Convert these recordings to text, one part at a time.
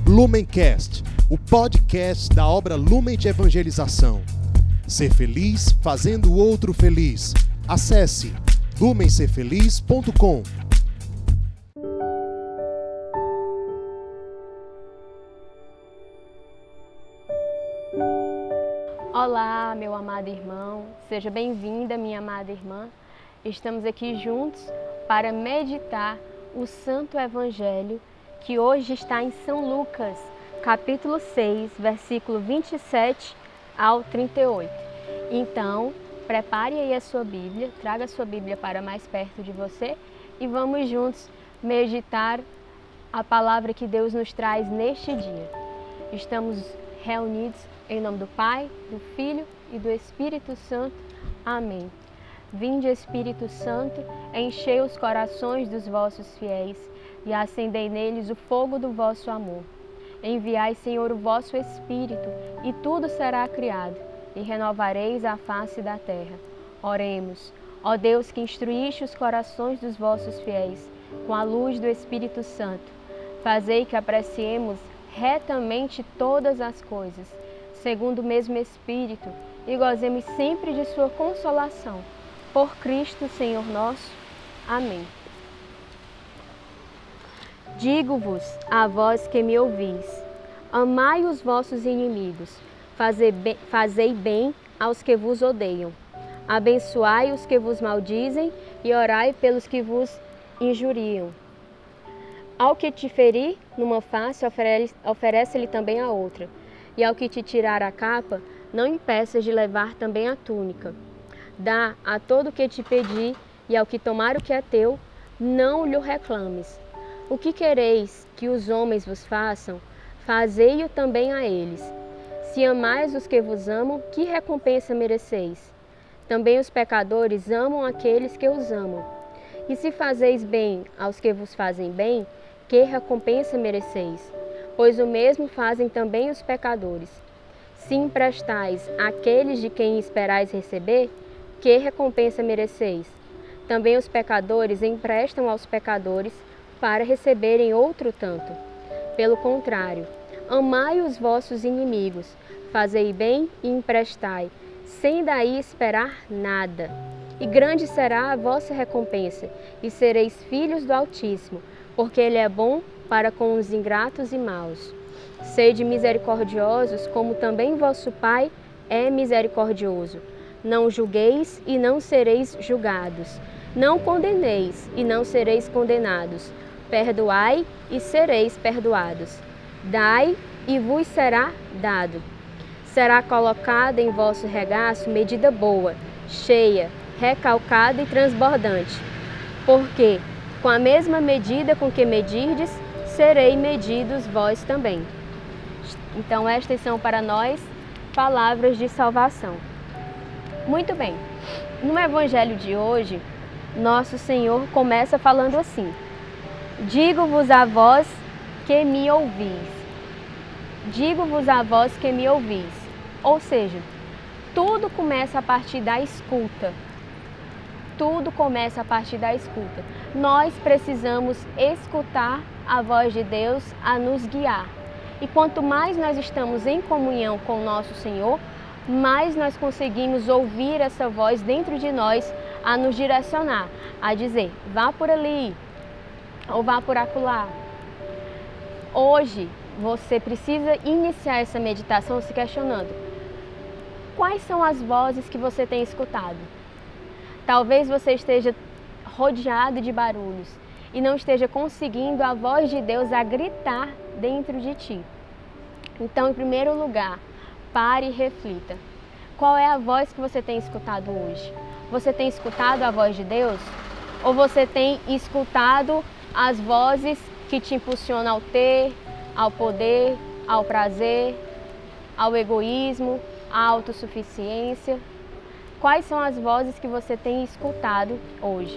Lumencast, o podcast da obra Lumen de Evangelização. Ser feliz fazendo o outro feliz. Acesse lumencerfeliz.com. Olá, meu amado irmão, seja bem-vinda, minha amada irmã. Estamos aqui juntos para meditar o Santo Evangelho, que hoje está em São Lucas, capítulo 6, versículo 27 ao 38. Então, prepare aí a sua Bíblia, traga a sua Bíblia para mais perto de você e vamos juntos meditar a palavra que Deus nos traz neste dia. Estamos reunidos em nome do Pai, do Filho e do Espírito Santo. Amém. Vinde, Espírito Santo, enchei os corações dos vossos fiéis e acendei neles o fogo do vosso amor. Enviai, Senhor, o vosso Espírito, e tudo será criado, e renovareis a face da terra. Oremos. Ó Deus, que instruíste os corações dos vossos fiéis com a luz do Espírito Santo, fazei que apreciemos retamente todas as coisas, segundo o mesmo Espírito, e gozemos sempre de sua consolação. Por Cristo, Senhor nosso. Amém. Digo-vos a vós que me ouvis, amai os vossos inimigos, fazei bem aos que vos odeiam, abençoai os que vos maldizem e orai pelos que vos injuriam. Ao que te ferir numa face, oferece-lhe também a outra, e ao que te tirar a capa, não impeças de levar também a túnica. Dá a todo o que te pedir, e ao que tomar o que é teu, não lhe reclames. O que quereis que os homens vos façam, fazei-o também a eles. Se amais os que vos amam, que recompensa mereceis? Também os pecadores amam aqueles que os amam. E se fazeis bem aos que vos fazem bem, que recompensa mereceis? Pois o mesmo fazem também os pecadores. Se emprestais àqueles de quem esperais receber, que recompensa mereceis? Também os pecadores emprestam aos pecadores para receberem outro tanto. Pelo contrário, amai os vossos inimigos, fazei bem e emprestai, sem daí esperar nada. E grande será a vossa recompensa, e sereis filhos do Altíssimo, porque Ele é bom para com os ingratos e maus. Sede misericordiosos, como também vosso Pai é misericordioso. Não julgueis e não sereis julgados. Não condeneis e não sereis condenados. Perdoai e sereis perdoados. Dai e vos será dado. Será colocada em vosso regaço medida boa, cheia, recalcada e transbordante. Porque, com a mesma medida com que medirdes, serei medidos vós também. Então, estas são para nós palavras de salvação. Muito bem, no Evangelho de hoje, nosso Senhor começa falando assim: digo-vos a vós que me ouvis. Digo-vos a vós que me ouvis. Ou seja, tudo começa a partir da escuta. Tudo começa a partir da escuta. Nós precisamos escutar a voz de Deus a nos guiar. E quanto mais nós estamos em comunhão com o nosso Senhor, mais nós conseguimos ouvir essa voz dentro de nós a nos direcionar, a dizer, vá por ali, ou vá por acolá. Hoje, você precisa iniciar essa meditação se questionando: quais são as vozes que você tem escutado? Talvez você esteja rodeado de barulhos e não esteja conseguindo a voz de Deus a gritar dentro de ti. Então, em primeiro lugar, pare e reflita. Qual é a voz que você tem escutado hoje? Você tem escutado a voz de Deus? Ou você tem escutado as vozes que te impulsionam ao ter, ao poder, ao prazer, ao egoísmo, à autossuficiência? Quais são as vozes que você tem escutado hoje?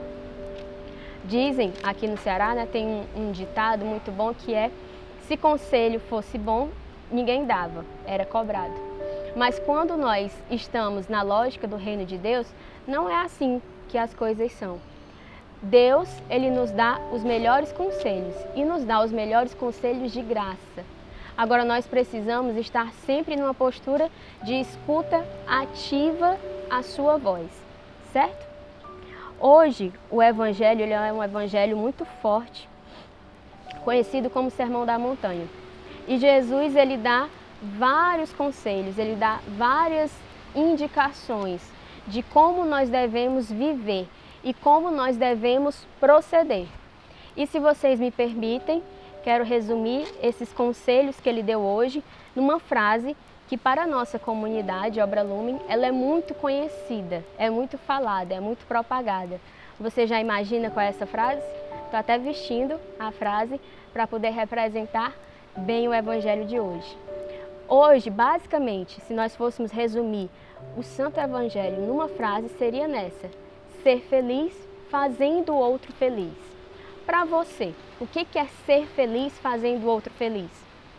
Dizem, aqui no Ceará, tem um ditado muito bom que é: se conselho fosse bom, ninguém dava, era cobrado. Mas quando nós estamos na lógica do reino de Deus, não é assim que as coisas são. Deus, Ele nos dá os melhores conselhos e nos dá os melhores conselhos de graça. Agora nós precisamos estar sempre numa postura de escuta ativa à sua voz, certo? Hoje o Evangelho ele é um Evangelho muito forte, conhecido como Sermão da Montanha. E Jesus ele dá vários conselhos, ele dá várias indicações de como nós devemos viver e como nós devemos proceder. E se vocês me permitem, quero resumir esses conselhos que ele deu hoje numa frase que para a nossa comunidade, Obra Lumen, ela é muito conhecida, é muito falada, é muito propagada. Você já imagina qual é essa frase? Estou até vestindo a frase para poder representar bem o Evangelho de hoje. Hoje, basicamente, se nós fôssemos resumir o Santo Evangelho numa frase, seria nessa: ser feliz fazendo o outro feliz. Para você, o que é ser feliz fazendo o outro feliz?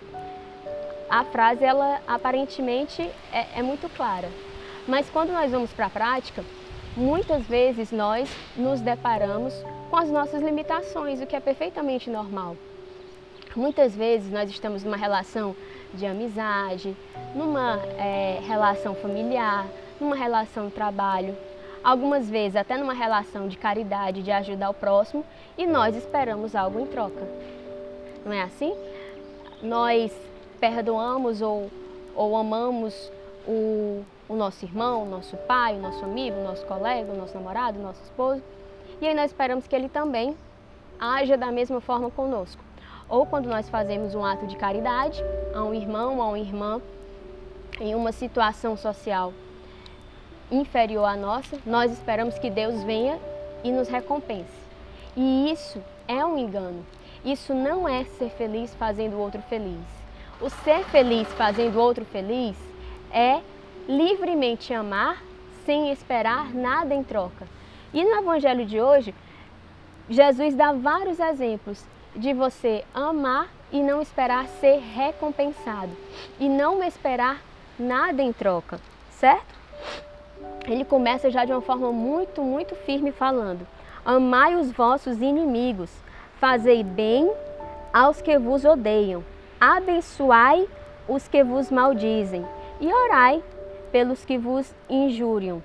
A frase, ela aparentemente é muito clara, mas quando nós vamos para a prática, muitas vezes nós nos deparamos com as nossas limitações, o que é perfeitamente normal. Muitas vezes nós estamos numa relação de amizade, numa relação familiar, numa relação de trabalho, algumas vezes até numa relação de caridade, de ajudar o próximo, e nós esperamos algo em troca. Não é assim? Nós perdoamos ou amamos o nosso irmão, o nosso pai, o nosso amigo, o nosso colega, o nosso namorado, o nosso esposo, e aí nós esperamos que ele também haja da mesma forma conosco. Ou quando nós fazemos um ato de caridade a um irmão, a uma irmã, em uma situação social inferior à nossa, nós esperamos que Deus venha e nos recompense. E isso é um engano. Isso não é ser feliz fazendo o outro feliz. O ser feliz fazendo o outro feliz é livremente amar sem esperar nada em troca. E no Evangelho de hoje, Jesus dá vários exemplos de você amar e não esperar ser recompensado. E não esperar nada em troca, certo? Ele começa já de uma forma muito, muito firme falando: amai os vossos inimigos, fazei bem aos que vos odeiam, abençoai os que vos maldizem e orai pelos que vos injuriam.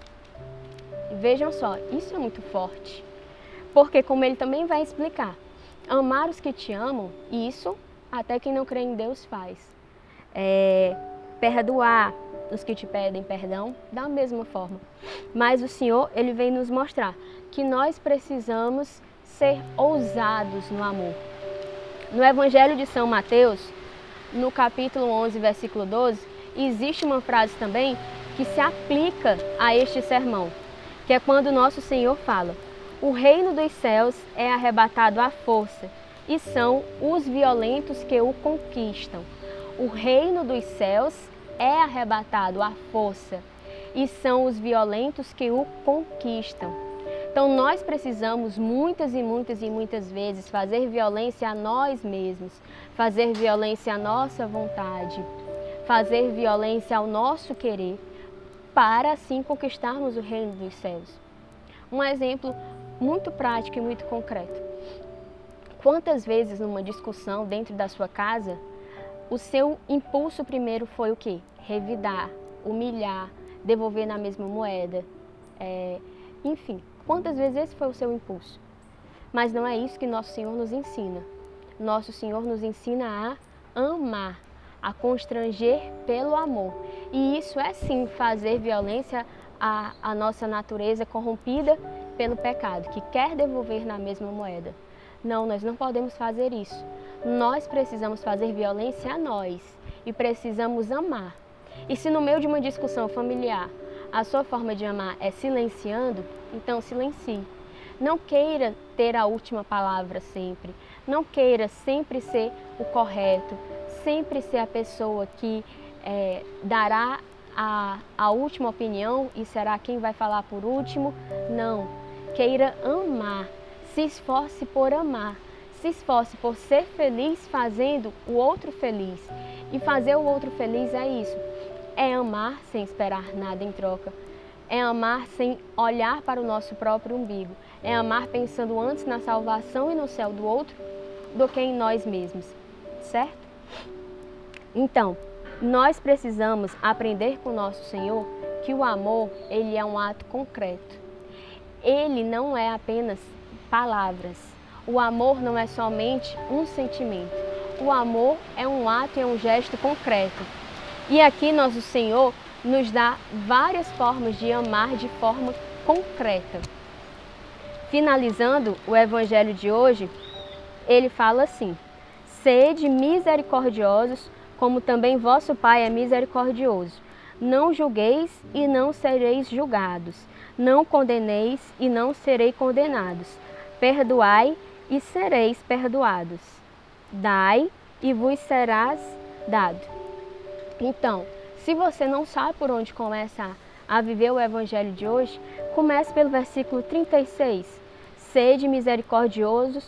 Vejam só, isso é muito forte, porque como ele também vai explicar, amar os que te amam, isso até quem não crê em Deus faz. Perdoar os que te pedem perdão, da mesma forma. Mas o Senhor, ele vem nos mostrar que nós precisamos ser ousados no amor. No Evangelho de São Mateus, no capítulo 11, versículo 12, existe uma frase também que se aplica a este sermão, que é quando o nosso Senhor fala: o reino dos céus é arrebatado à força, e são os violentos que o conquistam. O reino dos céus é arrebatado à força, e são os violentos que o conquistam. Então nós precisamos muitas e muitas e muitas vezes fazer violência a nós mesmos, fazer violência à nossa vontade, fazer violência ao nosso querer, para assim conquistarmos o reino dos céus. Um exemplo muito prático e muito concreto. Quantas vezes numa discussão dentro da sua casa, o seu impulso primeiro foi o quê? Revidar, humilhar, devolver na mesma moeda, enfim, quantas vezes esse foi o seu impulso? Mas não é isso que Nosso Senhor nos ensina. Nosso Senhor nos ensina a amar, a constranger pelo amor. E isso é sim fazer violência à nossa natureza corrompida pelo pecado, que quer devolver na mesma moeda. Não, nós não podemos fazer isso. Nós precisamos fazer violência a nós e precisamos amar. E se no meio de uma discussão familiar a sua forma de amar é silenciando, então silencie. Não queira ter a última palavra sempre. Não queira sempre ser o correto, sempre ser a pessoa que dará a última opinião e será quem vai falar por último. Não. Queira amar. Se esforce por amar. Se esforce por ser feliz fazendo o outro feliz. E fazer o outro feliz é isso. É amar sem esperar nada em troca. É amar sem olhar para o nosso próprio umbigo. é amar pensando antes na salvação e no céu do outro do que em nós mesmos, certo? Então, nós precisamos aprender com o nosso Senhor que o amor, ele é um ato concreto. Ele não é apenas palavras. O amor não é somente um sentimento. O amor é um ato e é um gesto concreto. E aqui nosso Senhor nos dá várias formas de amar de forma concreta. Finalizando o evangelho de hoje, ele fala assim: sede misericordiosos, como também vosso Pai é misericordioso. Não julgueis e não sereis julgados. Não condeneis e não sereis condenados. Perdoai e sereis perdoados. Dai e vos serás dado. Então, se você não sabe por onde começar a viver o evangelho de hoje, comece pelo versículo 36. Sede misericordiosos,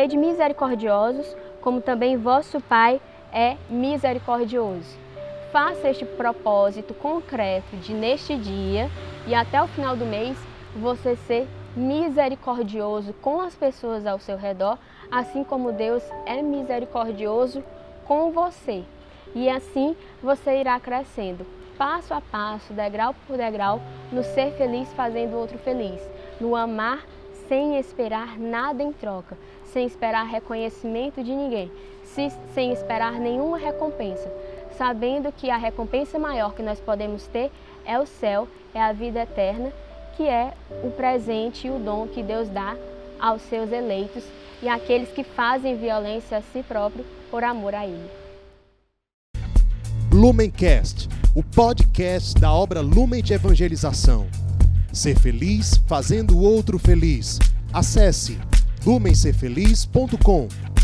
como também vosso Pai é misericordioso. Faça este propósito concreto de neste dia e até o final do mês você ser misericordioso com as pessoas ao seu redor, assim como Deus é misericordioso com você. E assim você irá crescendo, passo a passo, degrau por degrau, no ser feliz fazendo o outro feliz, no amar sem esperar nada em troca, sem esperar reconhecimento de ninguém, sem esperar nenhuma recompensa, sabendo que a recompensa maior que nós podemos ter é o céu, é a vida eterna, que é o presente e o dom que Deus dá aos seus eleitos e àqueles que fazem violência a si próprio por amor a Ele. Lumencast, o podcast da obra Lumen de Evangelização. Ser feliz fazendo o outro feliz. Acesse lumencerfeliz.com.